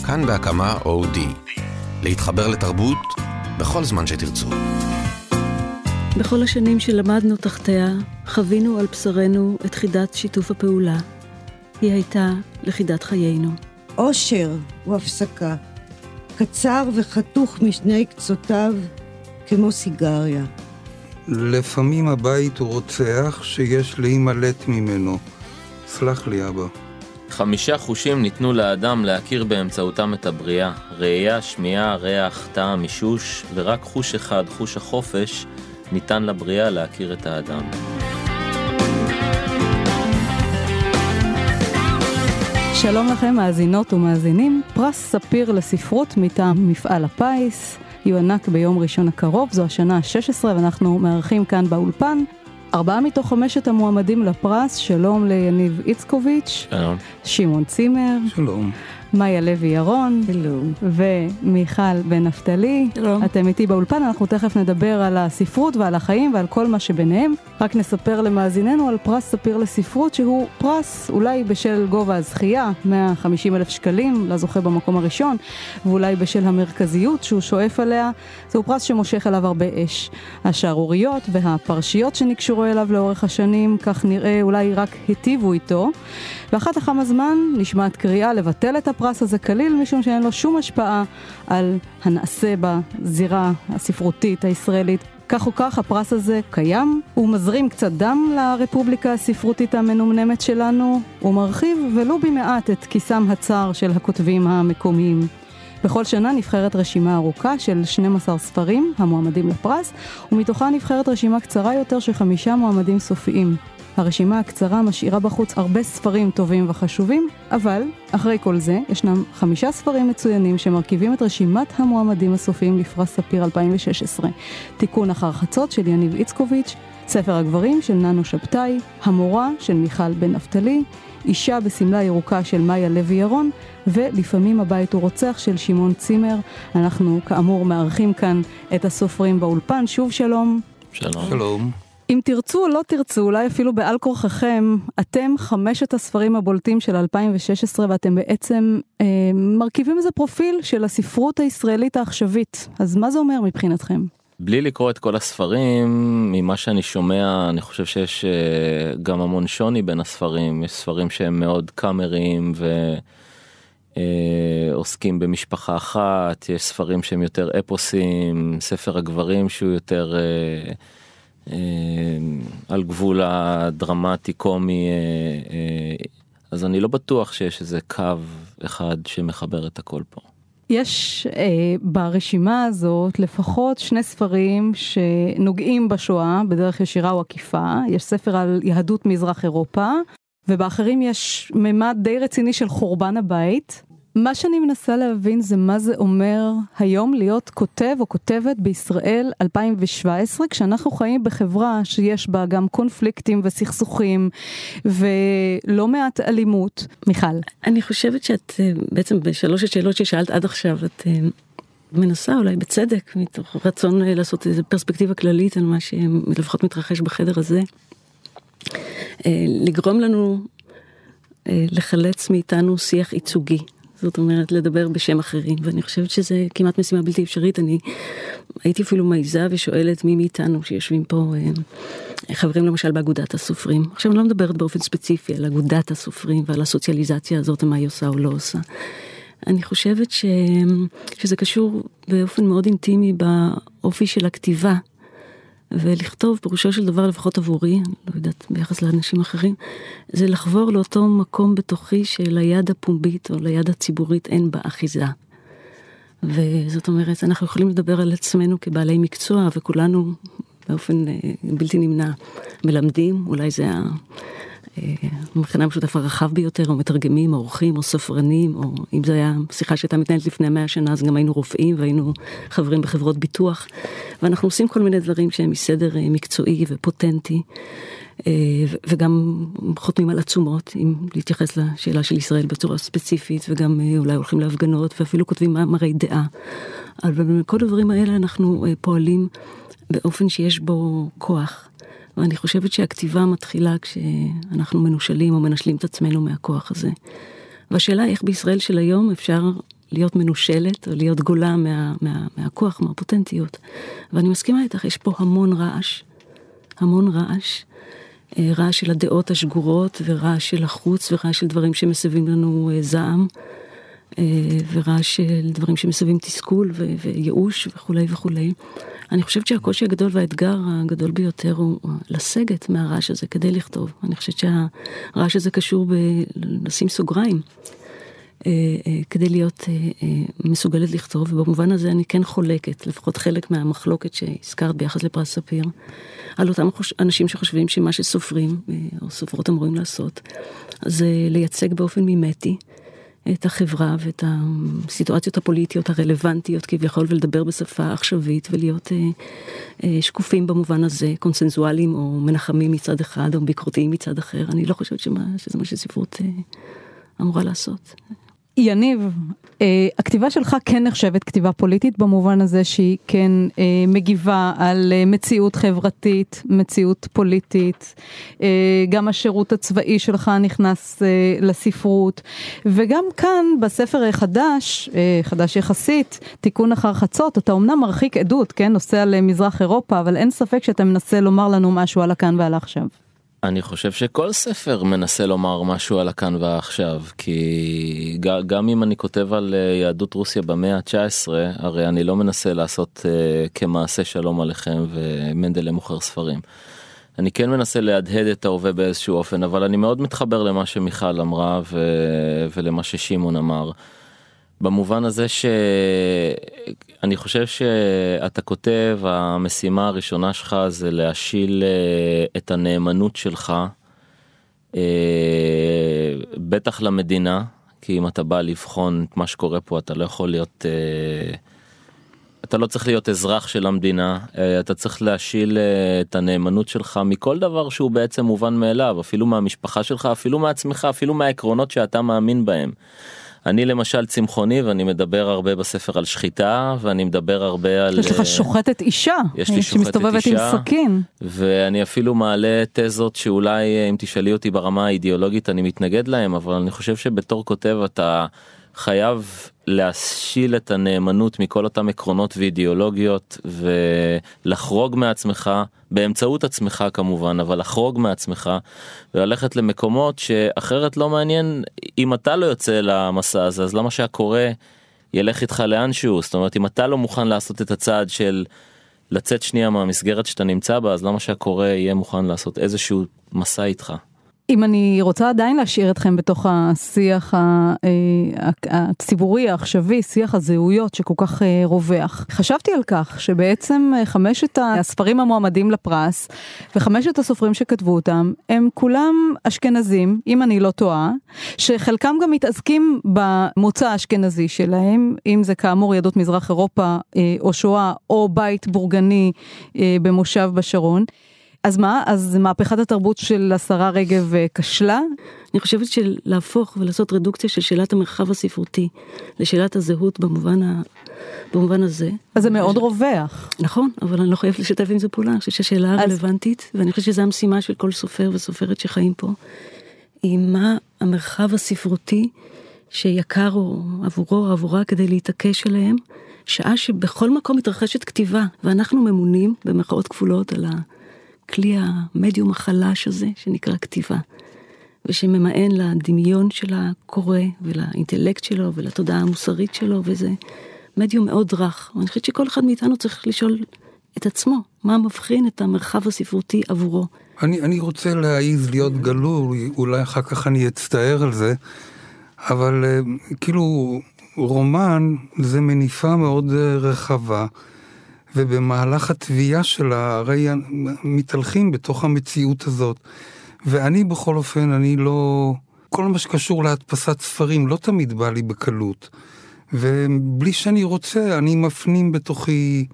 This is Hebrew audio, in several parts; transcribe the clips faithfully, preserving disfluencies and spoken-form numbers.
כאן בהקמה אודי. להתחבר לתרבות בכל זמן שתרצו. בכל השנים שלמדנו תחתיה, חווינו על בשרנו את חידת שיתוף הפעולה. היא הייתה לחידת חיינו. אושר הוא הפסקה, קצר וחתוך משני קצותיו כמו סיגריה. לפעמים הבית הוא רוצח שיש להימלט ממנו. סלח לי אבא. חמישה חושים ניתנו לאדם להכיר באמצעותם את הבריאה, ראייה, שמיעה, ריח, טעם, מישוש, ורק חוש אחד, חוש החופש, ניתן לבריאה להכיר את האדם. שלום לכם מאזינות ומאזינים, פרס ספיר לספרות מטעם מפעל הפיס, יוענק ביום ראשון הקרוב, זו השנה ה-שש עשרה ואנחנו מארחים כאן באולפן. ארבעה מתוך חמשת המועמדים לפרס, שלום ליניב איצקוביץ', שלום. שמעון צימר, שלום. מאיה לוי ירון, שלום. ומיכל בן נפתלי. שלום. אתם איתי באולפן, אנחנו תכף נדבר על הספרות ועל החיים ועל כל מה שביניהם. רק נספר למאזיננו על פרס ספיר לספרות, שהוא פרס אולי בשל גובה הזכייה, מאה וחמישים אלף שקלים, לזוכה במקום הראשון, ואולי בשל המרכזיות שהוא שואף עליה. זהו פרס שמושך אליו הרבה אש. השערוריות והפרשיות שנקשורו אליו לאורך השנים, כך נראה אולי רק היטיבו איתו. ואחת לכמה זמן נשמעת קריאה לבטל את הפרס הזה כליל, משום שאין לו שום השפעה על הנעשה בזירה הספרותית הישראלית. כך או כך הפרס הזה קיים, הוא מזרים קצת דם לרפובליקה הספרותית המנומנמת שלנו, הוא מרחיב ולו במעט את כיסם הצר של הכותבים המקומיים. בכל שנה נבחרת רשימה ארוכה של שנים עשר ספרים המועמדים לפרס, ומתוכה נבחרת רשימה קצרה יותר של חמישה מועמדים סופיים. הרשימה הקצרה משאירה בחוץ הרבה ספרים טובים וחשובים, אבל אחרי כל זה ישנם חמישה ספרים מצוינים שמרכיבים את רשימת המועמדים הסופיים לפרס ספיר אלפיים ושש עשרה. תיקון אחר חצות של יניב איצקוביץ', ספר הגברים של ננו שבתאי, המורה של מיכל בן נפתלי, אישה בסמלה ירוקה של מאיה לוי ירון, ולפעמים הבית הוא רוצח של שמעון צימר. אנחנו כאמור מארחים כאן את הסופרים באולפן. שוב שלום. שלום. שלום. אם תרצו או לא תרצו, אולי אפילו בעל כורחכם, אתם חמשת הספרים הבולטים של אלפיים ושש עשרה, ואתם בעצם אה, מרכיבים איזה פרופיל של הספרות הישראלית העכשווית. אז מה זה אומר מבחינתכם? בלי לקרוא את כל הספרים, ממה שאני שומע, אני חושב שיש אה, גם המון שוני בין הספרים. יש ספרים שהם מאוד קאמריים ועוסקים אה, במשפחה אחת, יש ספרים שהם יותר אפוסים, ספר הגברים שהוא יותר... אה, על גבול הדרמטי קומי, אז אני לא בטוח שיש איזה קו אחד שמחבר את הכל פה. יש אה, ברשימה הזאת לפחות שני ספרים שנוגעים בשואה בדרך ישירה או עקיפה. יש ספר על יהדות מזרח אירופה, ובאחרים יש ממד די רציני של חורבן הבית. מה שאני מנסה להבין זה מה זה אומר היום להיות כותב או כותבת בישראל אלפיים שבע עשרה, כשאנחנו חיים בחברה שיש בה גם קונפליקטים וסכסוכים ולא מעט אלימות. מיכל. אני חושבת שאת בעצם בשלוש השאלות ששאלת עד עכשיו, את מנסה אולי בצדק, מתוך רצון לעשות איזו פרספקטיבה כללית על מה שלפחות מתרחש בחדר הזה, לגרום לנו לחלץ מאיתנו שיח ייצוגי. זאת אומרת, לדבר בשם אחרים, ואני חושבת שזה כמעט משימה בלתי אפשרית. אני הייתי אפילו מעיזה ושואלת מי מאיתנו שיושבים פה, חברים למשל באגודת הסופרים. עכשיו אני לא מדברת באופן ספציפי על אגודת הסופרים ועל הסוציאליזציה הזאת, מה היא עושה או לא עושה. אני חושבת ש... שזה קשור באופן מאוד אינטימי באופי של הכתיבה, ולכתוב פירושו של דבר לפחות עבורי, אני לא יודעת ביחס לאנשים אחרים, זה לחבור לאותו מקום בתוכי של היד הפומבית או ליד הציבורית אין בה אחיזה. וזאת אומרת, אנחנו יכולים לדבר על עצמנו כבעלי מקצוע, וכולנו באופן בלתי נמנע מלמדים, אולי זה המכנה המשותף הרחב ביותר, או מתרגמים, או עורכים, או ספרנים, או אם זה היה שיחה שהייתה מתנהלת לפני מאה שנה, אז גם היינו רופאים, והיינו חברים בחברות ביטוח, ואנחנו עושים כל מיני דברים שהם מסדר מקצועי ופוטנטי, וגם חותמים על עצומות, אם להתייחס לשאלה של ישראל בצורה ספציפית, וגם אולי הולכים להפגנות, ואפילו כותבים מאמרי דעה. אבל בכל הדברים האלה אנחנו פועלים באופן שיש בו כוח, ואני חושבת שהכתיבה מתחילה כשאנחנו מנושלים או מנשלים את עצמנו מהכוח הזה. והשאלה איך בישראל של היום אפשר להיות מנושלת, או להיות גולה מה, מה, מהכוח, מהפוטנטיות. ואני מסכימה איתך, יש פה המון רעש, המון רעש, רעש של הדעות השגורות, ורעש של החוץ, ורעש של דברים שמסבים לנו זעם, ורעש של דברים שמסבים תסכול ו- וייאוש וכו' וכו'. אני חושבת שהקושי הגדול והאתגר הגדול ביותר הוא לסגת מהרעש הזה כדי לכתוב. אני חושבת שהרעש הזה קשור בלשים סוגריים, כדי להיות מסוגלת לכתוב, ובמובן הזה אני כן חולקת, לפחות חלק מהמחלוקת שהזכרת ביחס לפרס ספיר, על אותם אנשים שחושבים שמה שסופרים או סופרות אמורים לעשות, זה לייצג באופן מימטי את החברה ואת הסיטואציות הפוליטיות הרלוונטיות כביכול, ולדבר בשפה עכשווית ולהיות אה, אה, שקופים במובן הזה, קונסנזואליים או מנחמים מצד אחד או ביקורתיים מצד אחר. אני לא חושבת שמה, שזה מה שספרות אה, אמורה לעשות. יניב, הכתיבה שלך כן נחשבת כתיבה פוליטית, במובן הזה שהיא כן מגיבה על מציאות חברתית, מציאות פוליטית, גם השירות הצבאי שלך נכנס לספרות, וגם כאן בספר חדש, חדש יחסית, תיקון אחר חצות, אתה אומנם מרחיק עדות, כן, נוסע למזרח אירופה, אבל אין ספק שאתה מנסה לומר לנו משהו על הכאן ועל עכשיו. אני חושב שכל ספר מנסה לומר משהו על הכאן ועכשיו, כי גם אם אני כותב על יהדות רוסיה במאה ה-תשע עשרה, הרי אני לא מנסה לעשות uh, כמעשה שלום עליכם ומנדלה מוכר ספרים. אני כן מנסה להדהד את ההווה באיזשהו אופן, אבל אני מאוד מתחבר למה שמיכל אמרה ו- ולמה ששימון אמר. במובן הזה שאני חושב שאתה כותב, המשימה הראשונה שלך זה להשיל את הנאמנות שלך, בטח למדינה, כי אם אתה בא לבחון את מה שקורה פה, אתה לא יכול להיות, אתה לא צריך להיות אזרח של המדינה, אתה צריך להשיל את הנאמנות שלך מכל דבר שהוא בעצם מובן מאליו, אפילו מהמשפחה שלך, אפילו מעצמך, אפילו מהעקרונות שאתה מאמין בהם. אני למשל צמחוני, ואני מדבר הרבה בספר על שחיטה, ואני מדבר הרבה על... יש לך שוחטת אישה, יש לי שוחטת שמסתובבת אישה, עם סכין. ואני אפילו מעלה תזות שאולי אם תשאלי אותי ברמה האידיאולוגית אני מתנגד להם, אבל אני חושב שבתור כותב אתה חייב להשיל את הנאמנות מכל אותם עקרונות ואידיאולוגיות, ולחרוג מעצמך, באמצעות עצמך כמובן, אבל לחרוג מעצמך, וללכת למקומות שאחרת לא מעניין, אם אתה לא יוצא למסע הזה, אז למה שהקורא ילך איתך לאנשהו? זאת אומרת, אם אתה לא מוכן לעשות את הצעד של לצאת שנייה מהמסגרת שאתה נמצא בה, אז למה שהקורא יהיה מוכן לעשות איזשהו מסע איתך? אם אני רוצה עדיין להשאיר אתכם בתוך השיח הציבורי, העכשווי, שיח הזהויות שכל כך רווח. חשבתי על כך שבעצם חמשת הספרים המועמדים לפרס, וחמשת הסופרים שכתבו אותם, הם כולם אשכנזים, אם אני לא טועה, שחלקם גם מתעסקים במוצא האשכנזי שלהם, אם זה כאמור יהדות מזרח אירופה, או שואה, או בית בורגני במושב בשרון. אז מה? אז מהפכת התרבות של השרה רגב כשלה? אני חושבת שלהפוך ולעשות רדוקציה של שאלת המרחב הספרותי לשאלת הזהות במובן, ה... במובן הזה. אז זה מאוד רווח. נכון, אבל אני לא חייבת לשתף עם זה פעולה. אני חושבת שהשאלה הרלוונטית, ואני חושבת שזו המשימה של כל סופר וסופרת שחיים פה, היא מה המרחב הספרותי שיקר או עבורו או עבורה כדי להתעקש עליהם, שעה שבכל מקום מתרחשת כתיבה, ואנחנו ממונים במרכאות כפולות על ה... כלי המדיום החלש הזה שנקרא כתיבה, ושממאן לדמיון של הקורא ולאינטלקט שלו ולתודעה המוסרית שלו, וזה מדיום מאוד רך. ואני חושבת שכל אחד מאיתנו צריך לשאול את עצמו, מה מבחין את המרחב הספרותי עבורו. אני, אני רוצה להעיז להיות גלוי, אולי אחר כך אני אצטער על זה, אבל כאילו רומן זה מניפה מאוד רחבה, ובמהלך התביעה שלה, הרי מתהלכים בתוך המציאות הזאת. ואני בכל אופן, אני לא... כל מה שקשור להדפסת ספרים לא תמיד בא לי בקלות. ובלי שאני רוצה, אני מפנים בתוכי,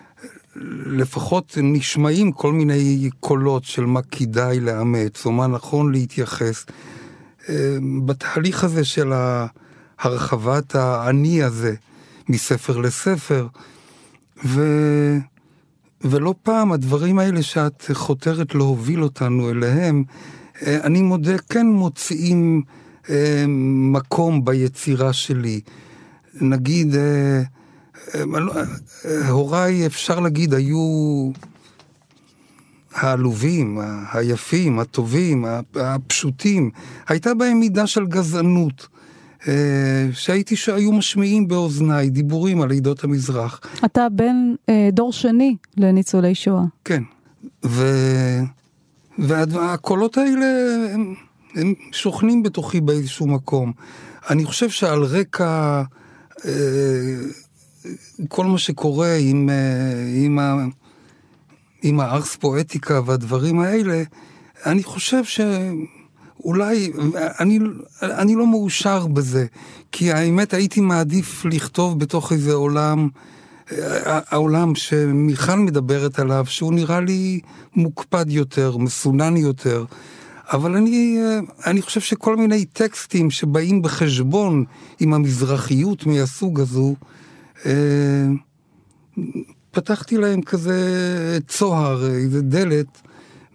לפחות נשמעים כל מיני קולות של מה כדאי לאמץ, או מה נכון להתייחס. בתהליך הזה של הרחבת האני הזה, מספר לספר, ו... ולא פעם הדברים האלה שאת חותרת להוביל אותנו אליהם, אני מודה, כן מוצאים מקום ביצירה שלי. נגיד, הוריי אפשר להגיד היו העלובים, היפים, הטובים, הפשוטים. הייתה בהם מידה של גזענות, שהייתי שהיו משמיעים באוזניי דיבורים על עדות המזרח. אתה בן דור שני לניצולי שואה. כן, ו... והקולות האלה הם, הם שוכנים בתוכי באיזשהו מקום. אני חושב שעל רקע כל מה שקורה עם, עם, ה, עם הארס פואטיקה והדברים האלה, אני חושב שאולי, אני, אני לא מאושר בזה, כי האמת הייתי מעדיף לכתוב בתוך איזה עולם, העולם שמיכל מדברת עליו, שהוא נראה לי מוקפד יותר, מסונן יותר, אבל אני, אני חושב שכל מיני טקסטים שבאים בחשבון עם המזרחיות מהסוג הזו, פתחתי להם כזה צוהר, איזה דלת,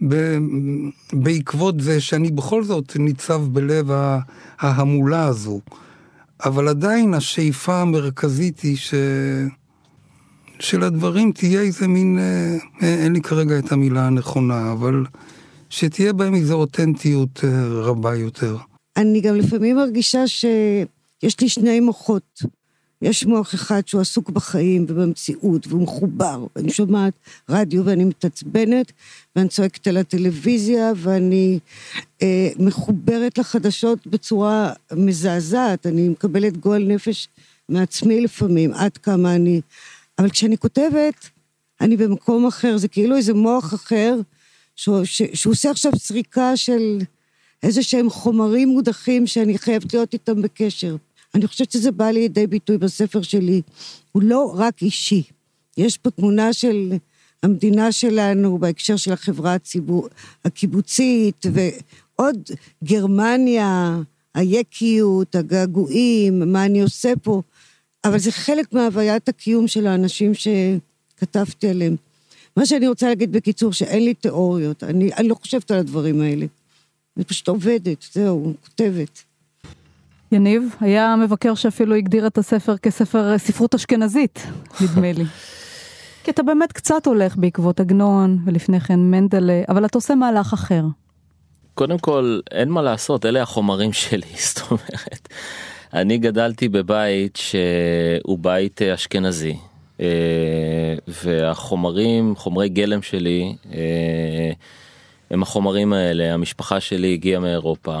בעקבות זה שאני בכל זאת ניצב בלב ההמולה הזו. אבל עדיין השאיפה המרכזית היא ש... של הדברים תהיה איזה מין, אין לי כרגע את המילה הנכונה, אבל שתהיה בהם איזו אותנטיות רבה יותר. אני גם לפעמים מרגישה שיש לי שני מוחות. יש מוח אחד שהוא עסוק בחיים ובמציאות, והוא מחובר, ואני שומעת רדיו ואני מתעצבנת, ואני צועקת על הטלוויזיה, ואני אה, מחוברת לחדשות בצורה מזעזעת, אני מקבלת גועל נפש מעצמי לפעמים, עד כמה אני... אבל כשאני כותבת, אני במקום אחר, זה כאילו איזה מוח אחר, שהוא, ש, שהוא עושה עכשיו סריקה של איזה שהם חומרים מודחים, שאני חייבת להיות איתם בקשר. אני חושבת שזה בא לידי ביטוי בספר שלי, הוא לא רק אישי, יש פה תמונה של המדינה שלנו, בהקשר של החברה הציבור, הקיבוצית, ועוד גרמניה, היקיות, הגעגועים, מה אני עושה פה, אבל זה חלק מהוויית הקיום של האנשים שכתבתי עליהם. מה שאני רוצה להגיד בקיצור, שאין לי תיאוריות, אני, אני לא חושבת על הדברים האלה, אני פשוט עובדת, זהו, כותבת. יניב, היה מבקר שאפילו הגדיר את הספר כספר ספרות אשכנזית, נדמה לי. כי אתה באמת קצת הולך בעקבות עגנון, ולפני כן מנדלה, אבל אתה עושה מהלך אחר. קודם כל, אין מה לעשות, אלה החומרים שלי, זאת אומרת. אני גדלתי בבית שהוא בית אשכנזי, והחומרים, חומרי גלם שלי, הם החומרים האלה, המשפחה שלי הגיעה מאירופה,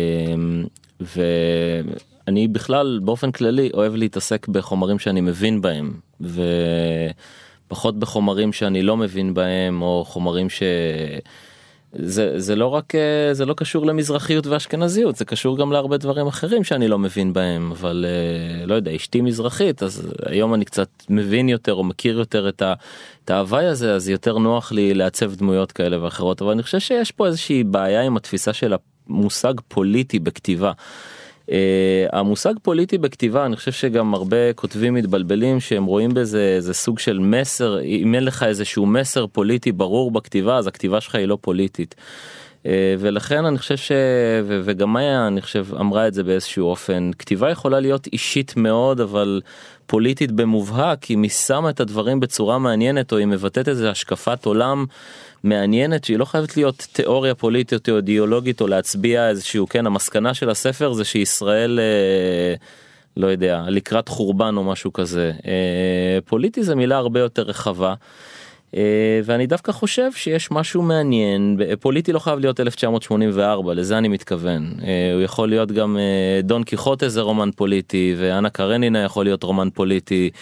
ואני בכלל באופן כללי אוהב להתעסק בחומרים שאני מבין בהם, ופחות בחומרים שאני לא מבין בהם, או חומרים ש... זה, זה לא רק, זה לא קשור למזרחיות ואשכנזיות, זה קשור גם להרבה דברים אחרים שאני לא מבין בהם, אבל לא יודע, אשתי מזרחית, אז היום אני קצת מבין יותר או מכיר יותר את, ה, את ההוואי הזה, אז יותר נוח לי לעצב דמויות כאלה ואחרות, אבל אני חושב שיש פה איזושהי בעיה עם התפיסה של המושג פוליטי בכתיבה. Uh, המושג פוליטי בכתיבה, אני חושב שגם הרבה כותבים מתבלבלים שהם רואים בזה איזה סוג של מסר, אם אין לך איזשהו מסר פוליטי ברור בכתיבה, אז הכתיבה שלך היא לא פוליטית. Uh, ולכן אני חושב ש... ו- וגם מאיה, אני חושב, אמרה את זה באיזשהו אופן, כתיבה יכולה להיות אישית מאוד, אבל פוליטית במובהק, אם היא שמה את הדברים בצורה מעניינת, או היא מבטאת איזו השקפת עולם מעניינת, שהיא לא חייבת להיות תיאוריה פוליטית או אידיאולוגית, או להצביע איזשהו, כן, המסקנה של הספר זה שישראל, אה, לא יודע, לקראת חורבן או משהו כזה. אה, פוליטי זה מילה הרבה יותר רחבה, אה, ואני דווקא חושב שיש משהו מעניין, פוליטי לא חייב להיות אלף תשע מאות שמונים וארבע, לזה אני מתכוון. אה, הוא יכול להיות גם אה, דון קיחוטה זה רומן פוליטי, ואנה קרנינה יכול להיות רומן פוליטי,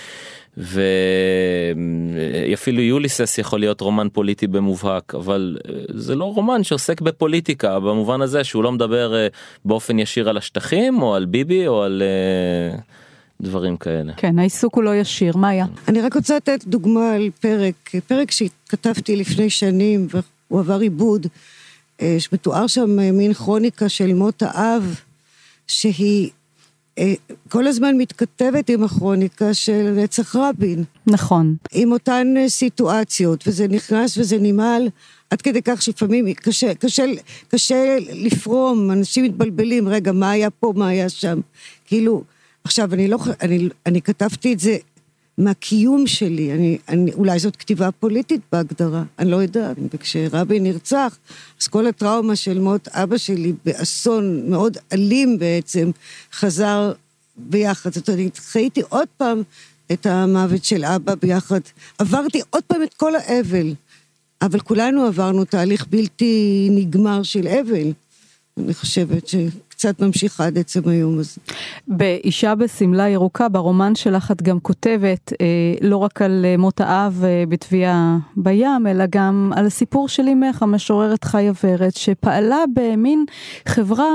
ואפילו יוליסס יכול להיות רומן פוליטי במובהק, אבל זה לא רומן שעוסק בפוליטיקה, במובן הזה שהוא לא מדבר באופן ישיר על השטחים, או על ביבי, או על דברים כאלה. כן, העיסוק הוא לא ישיר, מה היה? אני רק רוצה לתת דוגמה על פרק, פרק שכתבתי לפני שנים, והוא עבר עיבוד, שמתואר שם מין כרוניקה של מות האב, שהיא כל הזמן מתכתבת עם הכרוניקה של רצח רבין. נכון. עם אותן סיטואציות, וזה נכנס וזה נמעל, עד כדי כך שלפעמים קשה, קשה, קשה לפרום, אנשים מתבלבלים, רגע, מה היה פה, מה היה שם? כאילו, עכשיו, אני לא, אני, אני כתבתי את זה מהקיום שלי, אני, אני, אולי זאת כתיבה פוליטית בהגדרה, אני לא יודעת, וכשרבין נרצח, אז כל הטראומה של מות אבא שלי באסון מאוד אלים בעצם, חזר ביחד, זאת אומרת, חייתי עוד פעם את המוות של אבא ביחד, עברתי עוד פעם את כל האבל, אבל כולנו עברנו תהליך בלתי נגמר של אבל, אני חושבת שקצת ממשיך עד עצם היום הזה. באישה בסמלה ירוקה, ברומן שלך את גם כותבת, אה, לא רק על אה, מות האב אה, בטביעה בים, אלא גם על הסיפור של אמך, המשוררת חיה ורד, שפעלה במין חברה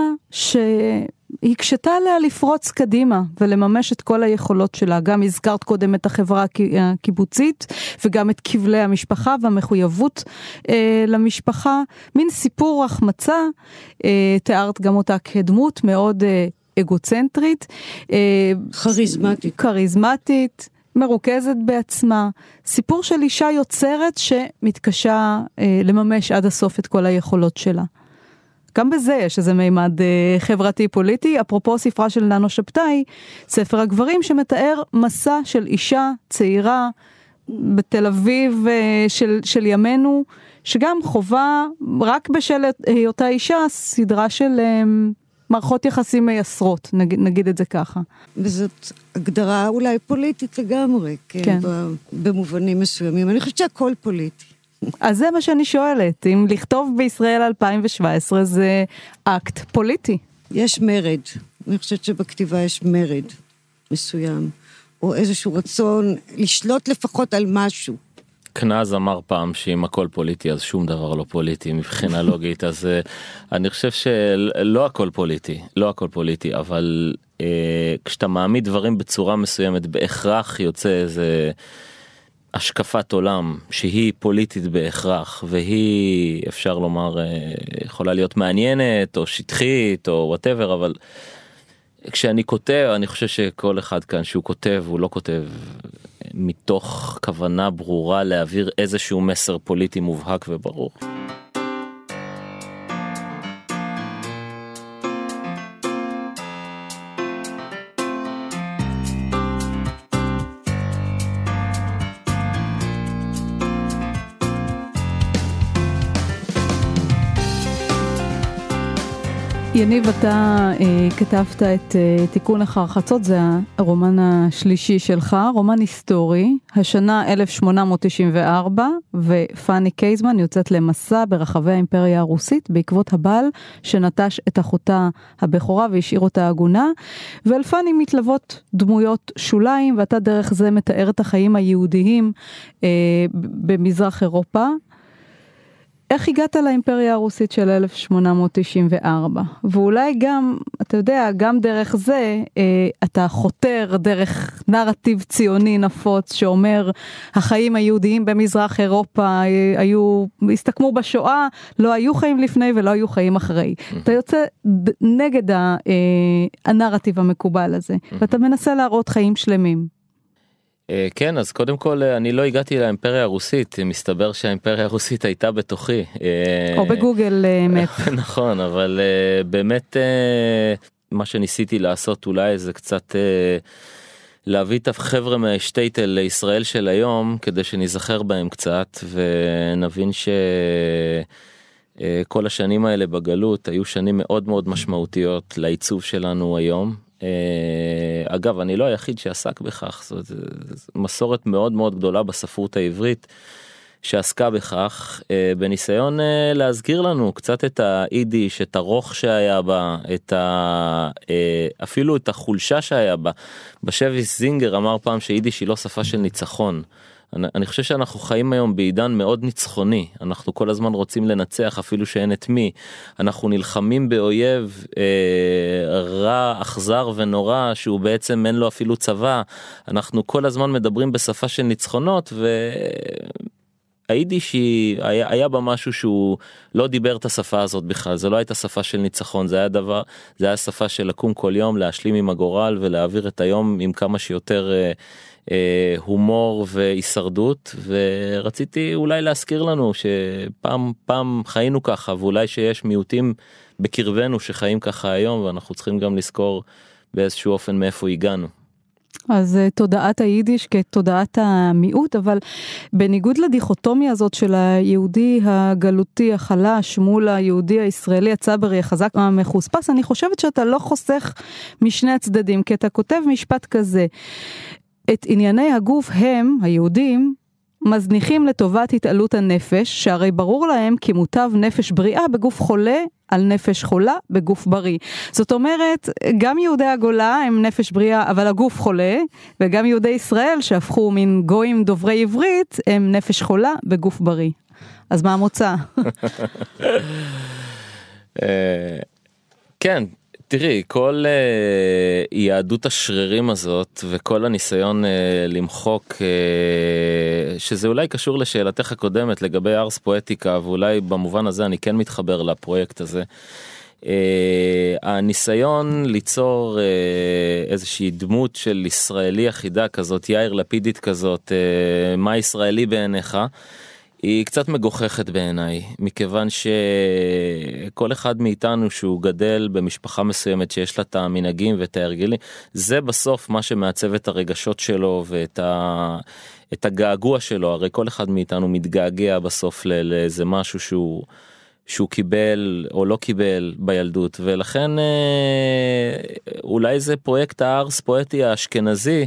שהקשתה עליה לפרוץ קדימה, ולממש את כל היכולות שלה. גם הזכרת קודם את החברה הקיבוצית, וגם את כבלי המשפחה והמחויבות אה, למשפחה. מין סיפור החמצה, אה, תיארת גם אותה כדמות מאוד אה, אגוצנטרית. אה, חריזמטית. חריזמטית, מרוכזת בעצמה. סיפור של אישה יוצרת שמתקשה אה, לממש עד הסוף את כל היכולות שלה. גם בזה יש איזה מימד אה, חברתי פוליטי. אפרופו ספרה של ננו שבתאי, ספר הגברים שמתאר מסע של אישה צעירה בתל אביב אה, של, של ימינו, שגם חובה רק בשל היותה אישה סדרה של אה, מערכות יחסים מייסרות, נגיד, נגיד את זה ככה. וזאת הגדרה אולי פוליטית לגמרי, כן, כן. במובנים מסוימים. אני חושבת שהכל פוליטי. אז זה מה שאני שואלת, אם לכתוב בישראל אלפיים שבע עשרה זה אקט פוליטי. יש מרד, אני חושבת שבכתיבה יש מרד מסוים, או איזשהו רצון לשלוט לפחות על משהו. קנז אמר פעם שאם הכל פוליטי אז שום דבר לא פוליטי מבחינה לוגית, אז אני חושב שלא הכל פוליטי, לא הכל פוליטי, אבל אה, כשאתה מעמיד דברים בצורה מסוימת, בהכרח יוצא איזה השקפת עולם שהיא פוליטית בהכרח, והיא אפשר לומר יכולה להיות מעניינת או שטחית או whatever, אבל כשאני כותב, אני חושב שכל אחד כאן שהוא כותב, הוא לא כותב מתוך כוונה ברורה להעביר איזשהו מסר פוליטי מובהק וברור. יניב, אתה אה, כתבת את אה, תיקון אחר חצות, זה הרומן השלישי שלך, רומן היסטורי, השנה אלף שמונה מאות תשעים וארבע, ופאני קייזמן יוצאת למסע ברחבי האימפריה הרוסית, בעקבות הבעל שנטש את אחותה הבכורה והשאיר אותה עגונה, ואל פאני מתלוות דמויות שוליים, ואתה דרך זה מתאר את החיים היהודיים אה, במזרח אירופה. איך הגעת לאימפריה הרוסית של אלף שמונה מאות תשעים וארבע? ואולי גם, אתה יודע, גם דרך זה, אה, אתה חותר דרך נרטיב ציוני נפוץ, שאומר, החיים היהודיים במזרח אירופה אה, היו, הסתכמו בשואה, לא היו חיים לפני ולא היו חיים אחרי. אתה יוצא ד, נגד ה, אה, הנרטיב המקובל הזה, ואתה מנסה להראות חיים שלמים. כן, אז קודם כל אני לא הגעתי לאימפריה הרוסית, מסתבר שהאימפריה הרוסית הייתה בתוכי. או בגוגל מפ. נכון, אבל באמת מה שניסיתי לעשות אולי זה קצת להביא את החבר'ה מהשטייטל לישראל של היום, כדי שנזכר בהם קצת ונבין שכל השנים האלה בגלות היו שנים מאוד מאוד משמעותיות לעיצוב שלנו היום. אגב, אני לא היחיד שעסק בכך, זאת מסורת מאוד מאוד גדולה בספרות העברית שעסקה בכך, בניסיון להזכיר לנו קצת את היידיש, את הרוח שהיה בה, את ה... אפילו את החולשה שהיה בה. בשביס זינגר אמר פעם שיידיש היא לא שפה של ניצחון. אני, אני חושב שאנחנו חיים היום בעידן מאוד ניצחוני, אנחנו כל הזמן רוצים לנצח אפילו שאין את מי, אנחנו נלחמים באויב אה, רע, אכזר ונורא, שהוא בעצם אין לו אפילו צבא, אנחנו כל הזמן מדברים בשפה של ניצחונות, והיידיש היה, היה בה משהו שהוא לא דיבר את השפה הזאת בכלל, זה לא הייתה שפה של ניצחון, זה היה דבר, זה היה שפה של לקום כל יום, להשלים עם הגורל ולהעביר את היום עם כמה שיותר אה, הומור והישרדות, ורציתי אולי להזכיר לנו שפעם פעם חיינו ככה, ואולי שיש מיעוטים בקרבנו שחיים ככה היום, ואנחנו צריכים גם לזכור באיזשהו אופן מאיפה הגענו. אז תודעת היידיש כתודעת המיעוט, אבל בניגוד לדיכוטומיה הזאת של היהודי הגלותי החלש מול היהודי הישראלי הצברי החזק המחוספס, אני חושבת שאתה לא חוסך משני הצדדים, כי אתה כותב משפט כזה, את ענייני הגוף הם, היהודים, מזניחים לטובת התעלות הנפש, שהרי ברור להם כי מוטב נפש בריאה בגוף חולה על נפש חולה בגוף בריא. זאת אומרת, גם יהודי הגולה הם נפש בריאה, אבל הגוף חולה, וגם יהודי ישראל שהפכו מן גויים דוברי עברית, הם נפש חולה בגוף בריא. אז מה המוצא? כן. תראי, כל uh, יהדות השרירים הזאת וכל הניסיון uh, למחוק, uh, שזה אולי קשור לשאלתך הקודמת לגבי ארס פואטיקה, ואולי במובן הזה אני כן מתחבר לפרויקט הזה, uh, הניסיון ליצור uh, איזושהי דמות של ישראלי אחידה כזאת, יאיר לפידית כזאת, uh, מה ישראלי בעיניך, היא קצת מגוחכת בעיניי, מכיוון שכל אחד מאיתנו שהוא גדל במשפחה מסוימת שיש לה את המנהגים ואת ההרגלים, זה בסוף מה שמעצב את הרגשות שלו ואת ה... את הגעגוע שלו. הרי כל אחד מאיתנו מתגעגע בסוף לאיזה משהו שהוא, שהוא קיבל או לא קיבל בילדות, ולכן אולי זה פרויקט הארס פואטי האשכנזי,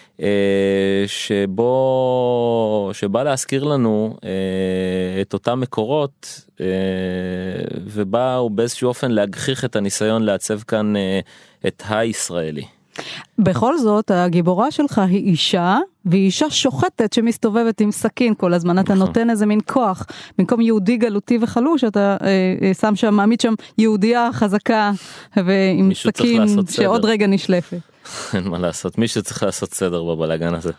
שבו, שבא להזכיר לנו את אותם מקורות, ובא הוא באיזשהו אופן להגחיך את הניסיון לעצב כאן את הישראלי. בכל זאת, הגיבורה שלך היא אישה, והיא אישה שוחטת שמסתובבת עם סכין כל הזמן, אתה נותן איזה מין כוח, במקום יהודי גלותי וחלוש, אתה אה, שם שם, מעמיד שם יהודייה חזקה, ועם סכין שעוד רגע נשלפת. אין מה לעשות, מישהו צריך לעשות סדר בבלגן הזה.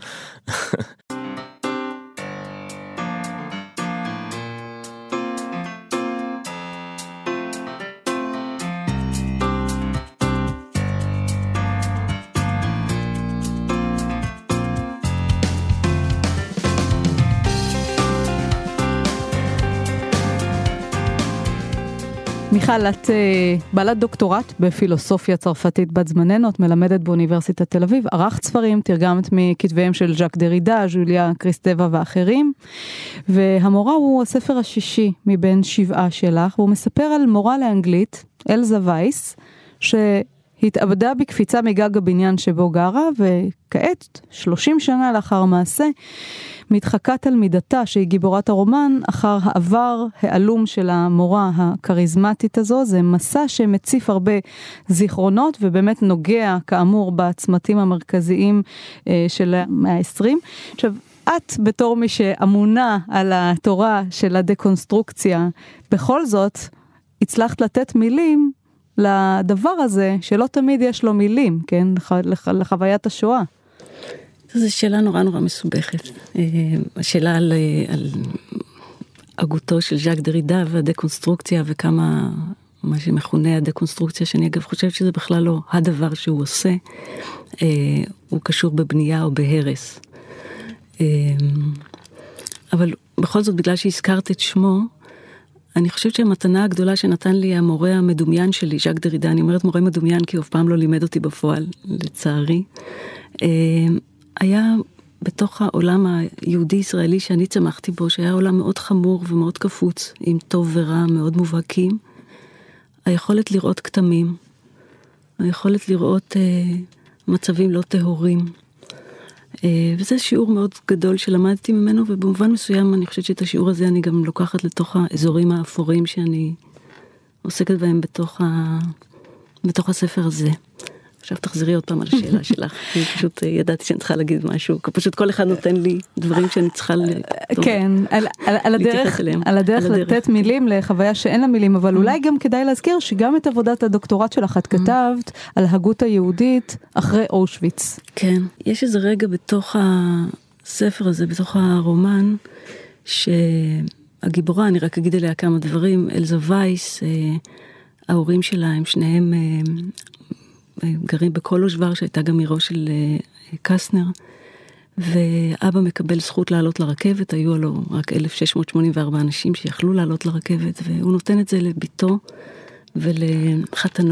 מיכל, את בעלת דוקטורט בפילוסופיה צרפתית בת זמננו, את מלמדת באוניברסיטת תל אביב, ערכת ספרים, תרגמת מכתביהם של ז'אק דרידה, ז'וליה קריסטבה ואחרים, והמורה הוא הספר השישי מבין שבעה שלך, והוא מספר על מורה לאנגלית, אלזה וייס, שהתאבדה בקפיצה מגג הבניין שבו גרה, וכעת, שלושים שנה לאחר מעשה, מתחקה תלמידתה שהיא גיבורת הרומן אחר העבר העלום של המורה הקריזמטית הזו. זה מסע שמציף הרבה זיכרונות ובאמת נוגע כאמור בצמתים המרכזיים אה, של המאה ה-עשרים. עכשיו, את בתור מי שאמונה על התורה של הדקונסטרוקציה, בכל זאת הצלחת לתת מילים לדבר הזה שלא תמיד יש לו מילים, כן? לח, לח, לחוויית השואה. זו שאלה נורא נורא מסובכת. השאלה על, על הגותו של ז'אק דרידה והדקונסטרוקציה, וכמה מה שמכונה הדקונסטרוקציה, שאני אגב חושבת שזה בכלל לא הדבר שהוא עושה, הוא קשור בבנייה או בהרס. אבל בכל זאת, בגלל שהזכרת את שמו, אני חושבת שהמתנה הגדולה שנתן לי המורה המדומיין שלי, ז'אק דרידה, אני אומרת מורה מדומיין כי הוא אף פעם לא לימד אותי בפועל, לצערי, היה בתוך העולם היהודי-ישראלי שאני צמחתי בו, שהיה עולם מאוד חמור ומאוד קפוץ, עם טוב ורע מאוד מובהקים, היכולת לראות כתמים, היכולת לראות אה, מצבים לא טהורים, אה, וזה שיעור מאוד גדול שלמדתי ממנו, ובמובן מסוים אני חושבת שאת השיעור הזה אני גם לוקחת לתוך האזורים האפורים שאני עוסקת בהם בתוך, ה... בתוך הספר הזה. עכשיו תחזרי עוד פעם על השאלה שלך, אני פשוט ידעתי שאני צריכה להגיד משהו, פשוט כל אחד נותן לי דברים שאני צריכה כן, על הדרך לתת מילים לחוויה שאין לה מילים, אבל אולי גם כדאי להזכיר שגם את עבודת הדוקטורט שלך את כתבת על הגות היהודית אחרי אושוויץ. כן, יש איזה רגע בתוך הספר הזה, בתוך הרומן, שהגיבורה, אני רק אגיד עליה כמה דברים, אלזה וייס, ההורים שלה הם שניהם גרים בקולוז'וור, שהייתה גם עירו של קסנר, ואבא מקבל זכות לעלות לרכבת, היו לו רק אלף שש מאות שמונים וארבע אנשים שיכלו לעלות לרכבת, והוא נותן את זה לביתו ולחתנו,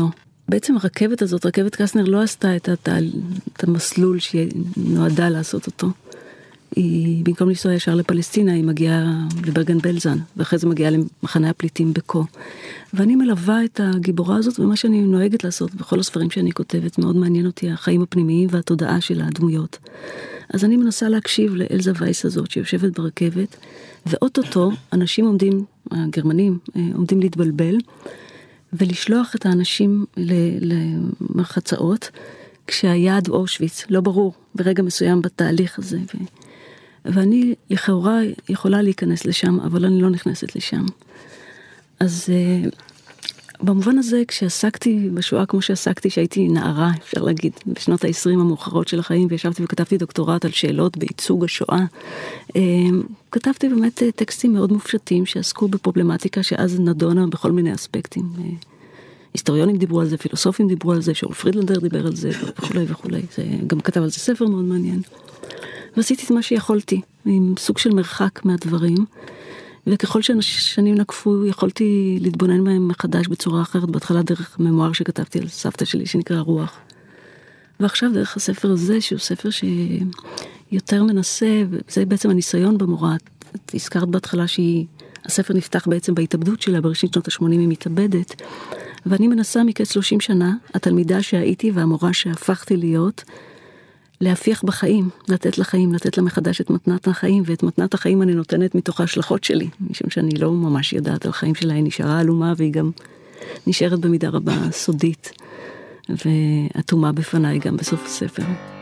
בעצם הרכבת הזאת, רכבת קסטנר לא עשתה את, התעל, את המסלול שהיא נועדה לעשות אותו. היא, במקום לנסוע ישר לפלסטינה, היא מגיעה לברגן בלזן, ואחרי זה מגיעה למחנה הפליטים בקו. ואני מלווה את הגיבורה הזאת, ומה שאני נוהגת לעשות בכל הספרים שאני כותבת, מאוד מעניין אותי החיים הפנימיים והתודעה של הדמויות. אז אני מנסה להקשיב לאלזה וייס הזאת, שיושבת ברכבת, ואוטוטו אנשים עומדים, הגרמנים עומדים להתבלבל, ולשלוח את האנשים למחצאות, כשהיעד הוא אושוויץ, לא ברור, ברגע מסוים בתהליך הזה. ו... ואני לכאורה יכולה להיכנס לשם, אבל אני לא נכנסת לשם. אז במובן הזה, כשעסקתי בשואה כמו שעסקתי, שהייתי נערה, אפשר להגיד, בשנות ה-עשרים המאוחרות של החיים, וישבתי וכתבתי דוקטורט על שאלות בייצוג השואה, כתבתי באמת טקסטים מאוד מופשטים, שעסקו בפרובלמטיקה שאז נדונה בכל מיני אספקטים. היסטוריונים דיברו על זה, פילוסופים דיברו על זה, שאול פרידלנדר דיבר על זה, וכולי וכולי. זה, גם כתב על זה ספר מאוד מעניין. ועשיתי את מה שיכולתי, עם סוג של מרחק מהדברים, וככל שהשנים נקפו, יכולתי להתבונן מהם מחדש בצורה אחרת, בהתחלה דרך ממואר שכתבתי על סבתא שלי, שנקרא רוח. ועכשיו דרך הספר הזה, שהוא ספר שיותר מנסה, וזה בעצם הניסיון במורה, את הזכרת בהתחלה שהספר נפתח בעצם בהתאבדות שלה, בראשית שנות ה-שמונים היא מתאבדת, ואני מנסה מכעת שלושים שנה, התלמידה שהייתי והמורה שהפכתי להיות, להפיח בחיים, לתת לחיים, לתת לה מחדש את מתנת החיים, ואת מתנת החיים אני נותנת מתוך ההשלכות שלי, משום שאני לא ממש יודעת על חיים שלה, היא נשארה אלומה, והיא גם נשארת במידה רבה סודית, ואטומה בפניי גם בסוף הספר.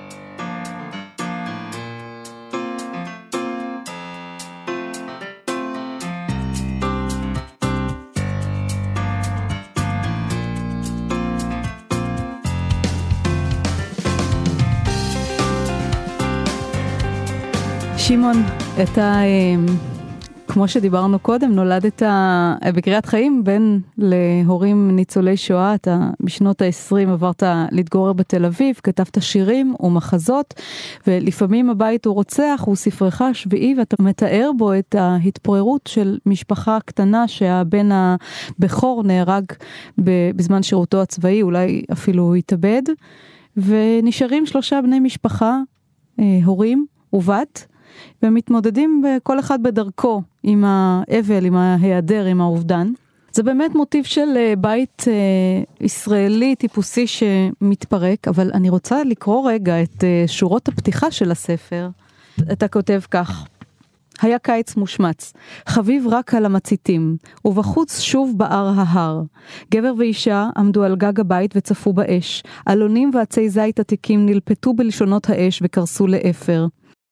שמעון, אתה, כמו שדיברנו קודם, נולדת בקריית חיים בין להורים ניצולי שואה, אתה בשנות ה-עשרים עברת להתגורר בתל אביב, כתבת שירים ומחזות, ולפעמים הבית הוא רוצח, הוא ספרך השביעי, ואתה מתאר בו את ההתפוררות של משפחה קטנה שהבן הבכור נהרג בזמן שירותו הצבאי, אולי אפילו הוא התאבד, ונשארים שלושה בני משפחה, הורים ובת, ומתמודדים כל אחד בדרכו עם האבל, עם ההיעדר, עם האובדן. זה באמת מוטיב של בית ישראלי טיפוסי שמתפרק, אבל אני רוצה לקרוא רגע את שורות הפתיחה של הספר. אתה כותב כך: היה קיץ מושמץ, חביב רק על המציתים, ובחוץ שוב בער ההר. גבר ואישה עמדו על גג הבית וצפו באש, אלונים ועצי זית עתיקים נלפטו בלשונות האש וקרסו לאפר.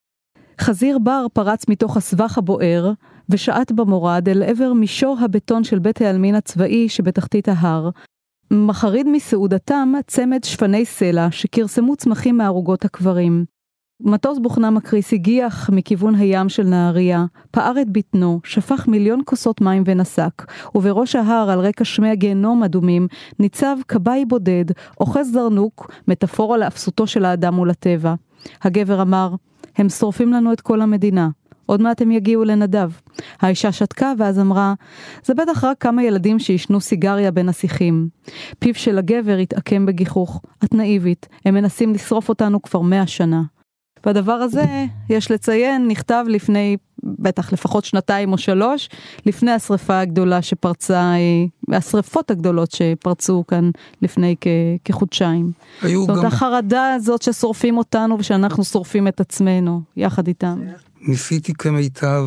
חזיר בר פרץ מתוך הסבך הבוער, ושעת במורד אל עבר מישור הבטון של בית העלמין הצבאי שבתחתית ההר. מחריד מסעודתם צמד שפני סלע שכרסמו צמחים מערוגות הקברים. מטוס בוכנה מקריס הגיח מכיוון הים של נהריה, פער את בטנו, שפך מיליון כוסות מים ונסק, ובראש ההר על רקע שמי הגיהנום אדומים, ניצב קבאי בודד, אוחז זרנוק, מטאפורה לאפסותו של האדם ולטבע. הגבר אמר, הם שורפים לנו את כל המדינה, עוד מעט הם יגיעו לנדב. האישה שתקה ואז אמרה, זה בטח רק כמה ילדים שישנו סיגריה בין השיחים. פיו של הגבר התעקם בגיחוך, את נאיבית, הם מנסים לשרוף אותנו כבר מאה שנה. והדבר הזה, יש לציין, נכתב לפני, בטח לפחות שנתיים או שלוש, לפני השריפה הגדולה שפרצה, השריפות הגדולות שפרצו כאן לפני כ- כחודשיים. זאת אומרת, גם... החרדה הזאת ששורפים אותנו ושאנחנו שורפים את עצמנו, יחד איתם. ניסיתי כמיטב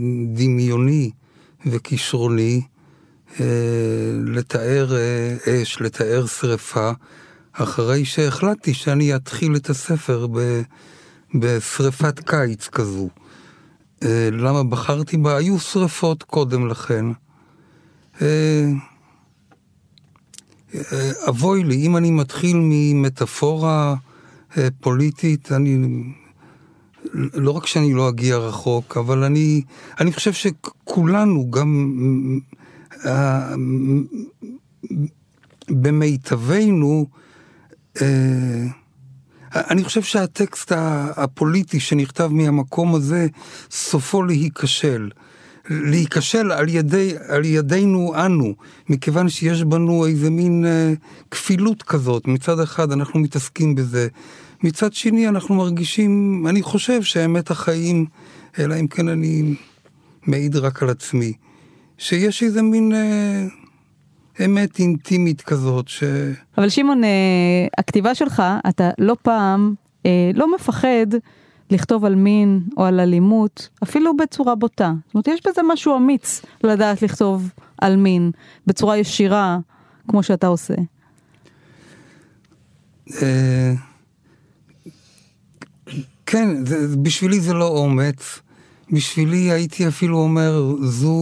דמיוני וכישרוני, לתאר אש, לתאר שריפה, אחרי שהחלטתי שאני אתחיל את הספר ב... בשריפת קיץ כזו. למה בחרתי בה? היו שריפות קודם לכן. אבוי לי, אם אני מתחיל ממטאפורה פוליטית, אני, לא רק שאני לא אגיע רחוק, אבל אני, אני חושב שכולנו גם במיטבנו, אני חושב שהטקסט הפוליטי שנכתב מהמקום הזה, סופו להיכשל. להיכשל על, ידי, על ידינו אנו, מכיוון שיש בנו איזה מין אה, כפילות כזאת. מצד אחד אנחנו מתעסקים בזה, מצד שני אנחנו מרגישים, אני חושב שהאמת החיים, אלא אם כן אני מעיד רק על עצמי, שיש איזה מין אה, אמת אינטימית כזאת. ש... אבל שמעון, אה, הכתיבה שלך, אתה לא פעם אה, לא מפחד לכתוב על מין או על אלימות, אפילו בצורה בוטה. זאת אומרת, יש בזה משהו אמיץ לדעת לכתוב על מין, בצורה ישירה, כמו שאתה עושה. כן, זה, בשבילי זה לא אומץ. בשבילי הייתי אפילו אומר, זו,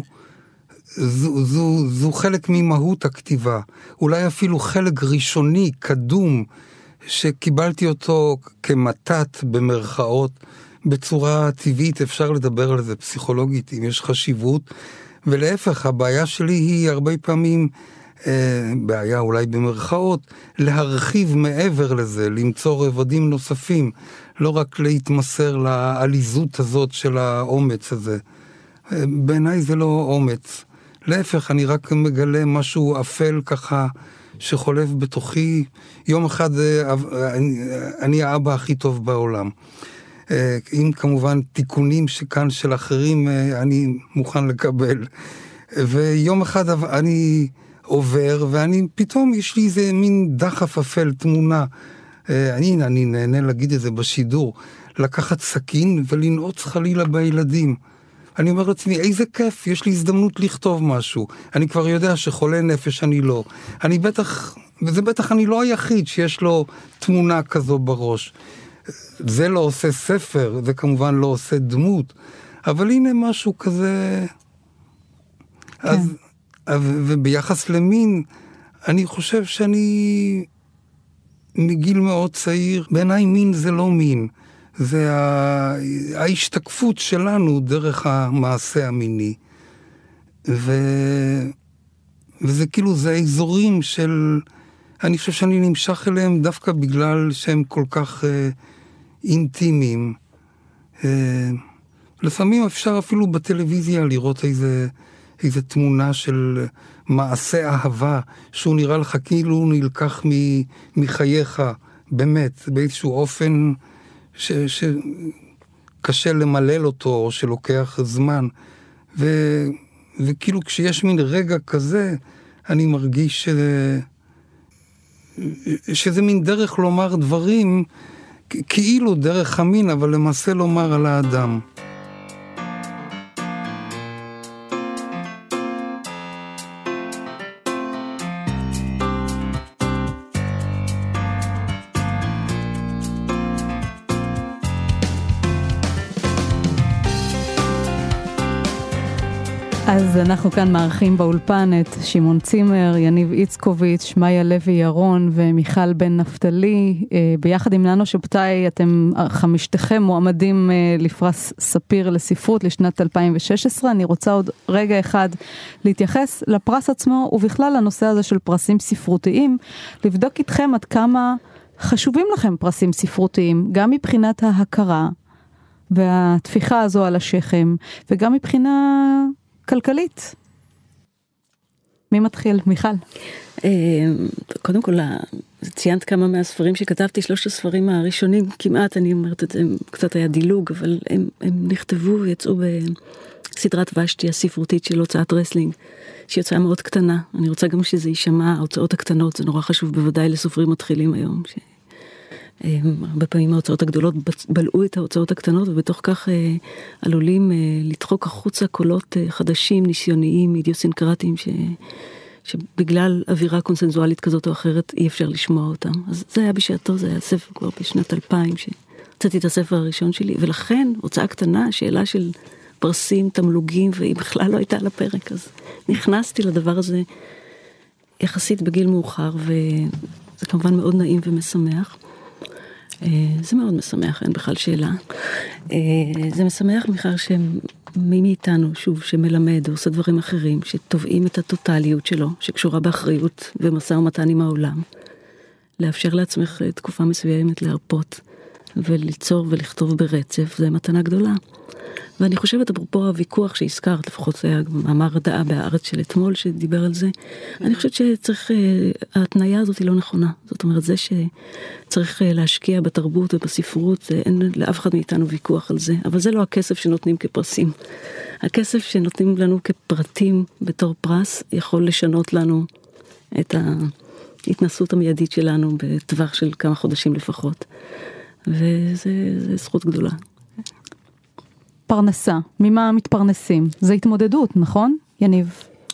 זו, זו, זו חלק ממהות הכתיבה. אולי אפילו חלק ראשוני, קדום, שקיבלתי אותו כמתת במרכאות, בצורה טבעית, אפשר לדבר על זה פסיכולוגית, אם יש חשיבות, ולהפך, הבעיה שלי היא הרבה פעמים, אה, בעיה אולי במרכאות, להרחיב מעבר לזה, למצוא רבדים נוספים, לא רק להתמסר לעליזות הזאת של האומץ הזה. אה, בעיניי זה לא אומץ. להפך, אני רק מגלה משהו אפל ככה, שחולף בתוכי. יום אחד אני, אני האבא הכי טוב בעולם. עם כמובן תיקונים שכאן של אחרים אני מוכן לקבל. ויום אחד אני עובר ואני פתאום יש לי איזה מין דחף אפל, תמונה. אני, אני נהנה להגיד את זה בשידור. לקחת סכין ולנעוץ חלילה בילדים. אני אומר לעצמי, איזה כיף, יש לי הזדמנות לכתוב משהו. אני כבר יודע שחולה נפש אני לא. אני בטח, וזה בטח אני לא היחיד שיש לו תמונה כזו בראש. זה לא עושה ספר, זה כמובן לא עושה דמות, אבל הנה משהו כזה. כן. אז, וביחס למין, אני חושב שאני מגיל מאוד צעיר, בעיניי מין זה לא מין. זה ההשתקפות שלנו דרך המעשה המיני. ו... וזה כאילו, זה האזורים של... אני חושב שאני נמשך אליהם דווקא בגלל שהם כל כך אה, אינטימיים. אה, לפעמים אפשר אפילו בטלוויזיה לראות איזה, איזה תמונה של מעשה אהבה, שהוא נראה לך כאילו הוא נלקח מ... מחייך, באמת, באיזשהו אופן... ש, שקשה למלל אותו, או שלוקח זמן. ו, וכאילו כשיש מין רגע כזה, אני מרגיש שזה, שזה מין דרך לומר דברים, כאילו דרך המין, אבל למעשה לומר על האדם. אז אנחנו כאן מארחים באולפן את שמעון צימר, יניב איצקוביץ', מאיה לוי ירון ומיכל בן נפתלי. ביחד עם ננו שבתאי אתם חמישתכם מועמדים לפרס ספיר לספרות לשנת אלפיים ושש עשרה. אני רוצה עוד רגע אחד להתייחס לפרס עצמו ובכלל לנושא הזה של פרסים ספרותיים, לבדוק איתכם עד כמה חשובים לכם פרסים ספרותיים, גם מבחינת ההכרה והתפיחה הזו על השכם, וגם מבחינה כלכלית. מי מתחיל? מיכל. קודם כל, ציינת כמה מהספרים שכתבתי, שלושת הספרים הראשונים, כמעט, אני אומרת את זה, קצת היה דילוג, אבל הם, הם נכתבו ויצאו בסדרת ושתי הספרותית של הוצאת רסלינג, שהיא הוצאה מאוד קטנה. אני רוצה גם שזה יישמע, ההוצאות הקטנות, זה נורא חשוב בוודאי לסופרים מתחילים היום, ש... הרבה פעמים ההוצאות הגדולות בלעו את ההוצאות הקטנות, ובתוך כך עלולים לדחוק החוצה קולות חדשים, ניסיוניים, אידיוסינקרטיים, ש... שבגלל אווירה קונסנזואלית כזאת או אחרת אי אפשר לשמוע אותם. אז זה היה בשעתו, זה היה ספר כבר בשנת אלפיים, שהוצאתי את הספר הראשון שלי, ולכן הוצאה קטנה, שאלה של פרסים, תמלוגים, והיא בכלל לא הייתה על הפרק, אז נכנסתי לדבר הזה יחסית בגיל מאוחר, וזה כמובן מאוד נעים ומשמח. זה מאוד משמח, אין בכלל שאלה. זה משמח מחר שמי מאיתנו, שוב, שמלמד, עושה דברים אחרים, שתובעים את הטוטליות שלו, שקשורה באחריות ומשא ומתן עם העולם. לאפשר לעצמך תקופה מסוימת להרפות, וליצור ולכתוב ברצף, זה מתנה גדולה. ואני חושבת, אפרופו הוויכוח שהזכרת, לפחות זה היה מאמר דעה בהארץ של אתמול שדיבר על זה, אני חושבת שצריך, ההתניה הזאת היא לא נכונה. זאת אומרת, זה שצריך להשקיע בתרבות ובספרות, אין לאף אחד מאיתנו ויכוח על זה, אבל זה לא הכסף שנותנים כפרסים. הכסף שנותנים לנו כפרטים בתור פרס, יכול לשנות לנו את ההתנסות המיידית שלנו בטווח של כמה חודשים לפחות. וזה זכות גדולה. פרנסה, ממה מתפרנסים? זה התמודדות, נכון, יניב?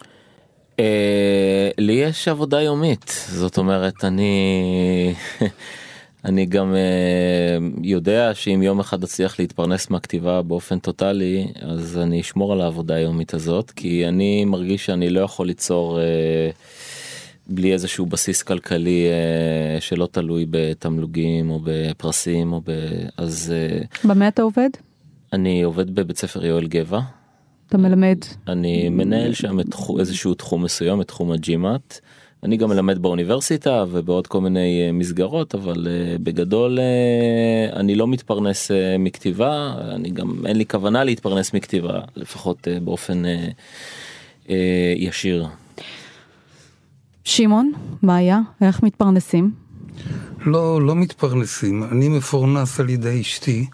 לי יש עבודה יומית, זאת אומרת, אני אני גם יודע שאם יום אחד אצליח להתפרנס מהכתיבה באופן טוטלי, אז אני אשמור על העבודה היומית הזאת, כי אני מרגיש שאני לא יכול ליצור בלי איזשהו בסיס כלכלי שלא תלוי בתמלוגים או בפרסים, או ב... אז... במה אתה עובד? אני עובד בבית ספר יואל גבע. אתה מלמד? אני מנהל שם איזשהו תחום מסוים, את תחום הג'ימאט. אני גם מלמד באוניברסיטה ובעוד כל מיני מסגרות, אבל בגדול אני לא מתפרנס מכתיבה, אני גם אין לי כוונה להתפרנס מכתיבה, לפחות באופן ישיר. שמעון, מה היה? איך מתפרנסים? לא, לא מתפרנסים. אני מפורנס על ידי אשתי.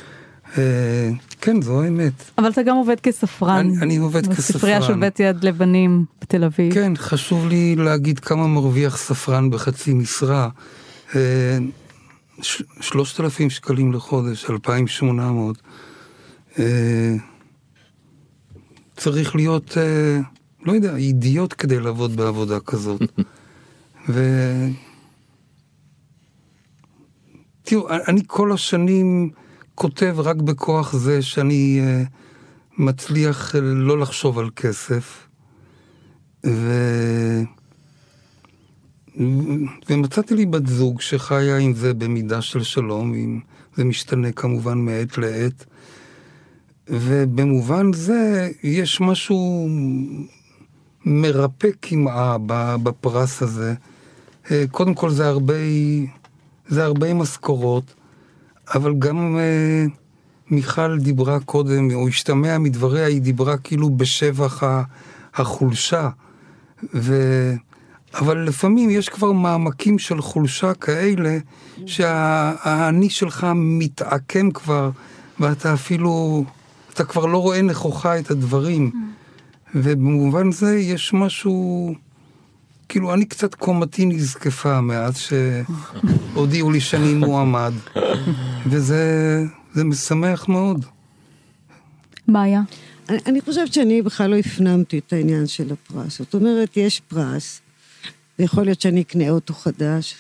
כן, זו האמת. אבל אתה גם עובד כספרן. אני, אני עובד כספרן. בספרייה של בית יד לבנים בתל אביב. כן, חשוב לי להגיד כמה מרוויח ספרן בחצי משרה. שלושת אלפים שקלים לחודש, אלפיים ושמונה מאות. צריך להיות, לא יודע, אידיוט כדי לעבוד בעבודה כזאת. ו... תראו, אני כל השנים כותב רק בכוח זה שאני uh, מצליח לא לחשוב על כסף, ו... ומצאתי לי בת זוג שחיה עם זה במידה של שלום, עם... זה משתנה כמובן מעת לעת, ובמובן זה יש משהו מרפא כמעה בפרס הזה. קודם כל זה הרבה, זה הרבה משכורות, אבל גם uh, מיכל דיברה קודם, או השתמע מדבריה, היא דיברה כאילו בשבח החולשה. ו... אבל לפעמים יש כבר מעמקים של חולשה כאלה, שהאני שלך מתעקם כבר, ואתה אפילו, אתה כבר לא רואה נכוחה את הדברים. ובמובן זה יש משהו... כאילו, אני קצת קומתי נזקפה מאז שהודיעו לי שאני מועמד, וזה זה משמח מאוד. מה היה? אני, אני חושבת שאני בכלל לא הפנמתי את העניין של הפרס. זאת אומרת, יש פרס, ויכול להיות שאני אקנה אותו חדש,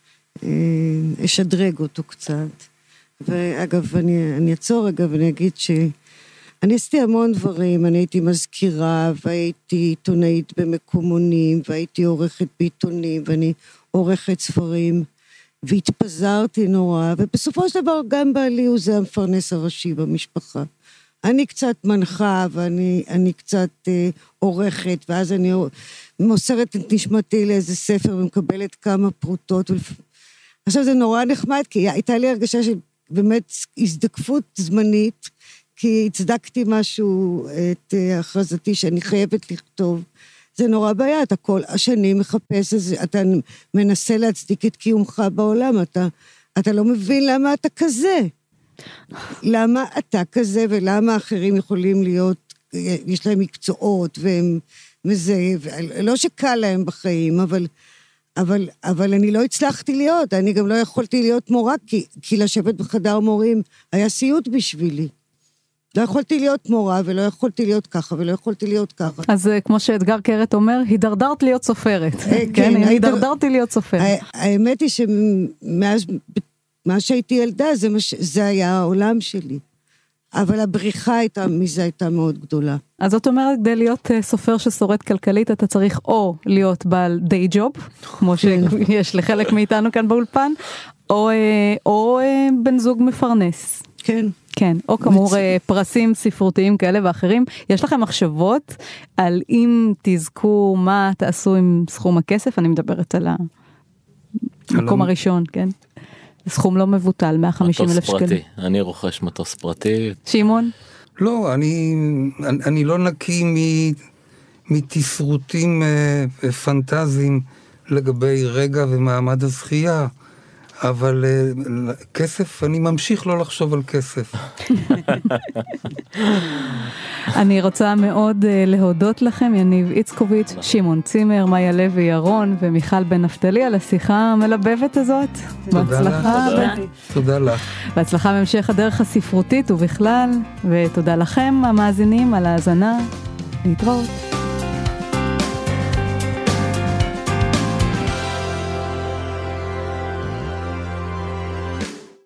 אשדרג אותו קצת. ואגב, אני, אני אעצור רגע ואני אגיד ש... אני עשיתי המון דברים, אני הייתי מזכירה, והייתי עיתונאית במקומונים, והייתי עורכת בעיתונים, ואני עורכת ספרים, והתפזרתי נורא, ובסופו של דבר גם בעלי הוא זה המפרנס הראשי במשפחה. אני קצת מנחה, ואני אני קצת אה, עורכת, ואז אני מוסרת את נשמתי לאיזה ספר, ומקבלת כמה פרוטות. ולפ... עכשיו זה נורא נחמד, כי הייתה לי הרגשה שבאמת הזדקפות זמנית, כי הצדקתי משהו, את הכרזתי שאני חייבת לכתוב. זה נורא בעיה, אתה כל השנים מחפש, אתה מנסה להצדיק את קיומך בעולם, אתה, אתה לא מבין למה אתה כזה. למה אתה כזה, ולמה אחרים יכולים להיות, יש להם מקצועות, והם מזה, לא שקל להם בחיים, אבל, אבל, אבל אני לא הצלחתי להיות, אני גם לא יכולתי להיות מורה, כי, כי לשבת בחדר מורים היה סיוט בשבילי. לא יכולתי להיות מורה, ולא יכולתי להיות ככה, ולא יכולתי להיות ככה. אז כמו שאתגר קרת אומר, הידרדרת להיות סופרת. כן, הידרדרתי להיות סופרת. האמת היא שמאז שהייתי ילדה, זה היה העולם שלי. אבל הבריחה הייתה, מזה הייתה מאוד גדולה. אז זאת אומרת, כדי להיות סופר ששורד כלכלית, אתה צריך או להיות בעל די ג'וב, כמו שיש לחלק מאיתנו כאן באולפן, או בן זוג מפרנס. כן. כן, או כאמור פרסים ספרותיים כאלה ואחרים. יש לכם מחשבות על אם תזכו מה תעשו עם סכום הכסף? אני מדברת על המקום הראשון, כן? סכום לא מבוטל, מאה וחמישים אלף שקלים. מטוס פרטי, אני רוכש מטוס פרטי. שמעון? לא, אני, אני, אני לא נקי מ, מתסרותים uh, פנטזיים לגבי רגע ומעמד הזכייה, אבל uh, כסף, אני ממשיך לא לחשוב על כסף. אני רוצה מאוד uh, להודות לכם, יניב איצקוביץ', שמעון צימר, מאיה לוי ירון ומיכל בן נפתלי על השיחה המלבבת הזאת. בהצלחה. תודה לך. בהצלחה בהמשך הדרך הספרותית ובכלל, ותודה לכם המאזינים על ההאזנה. להתראות.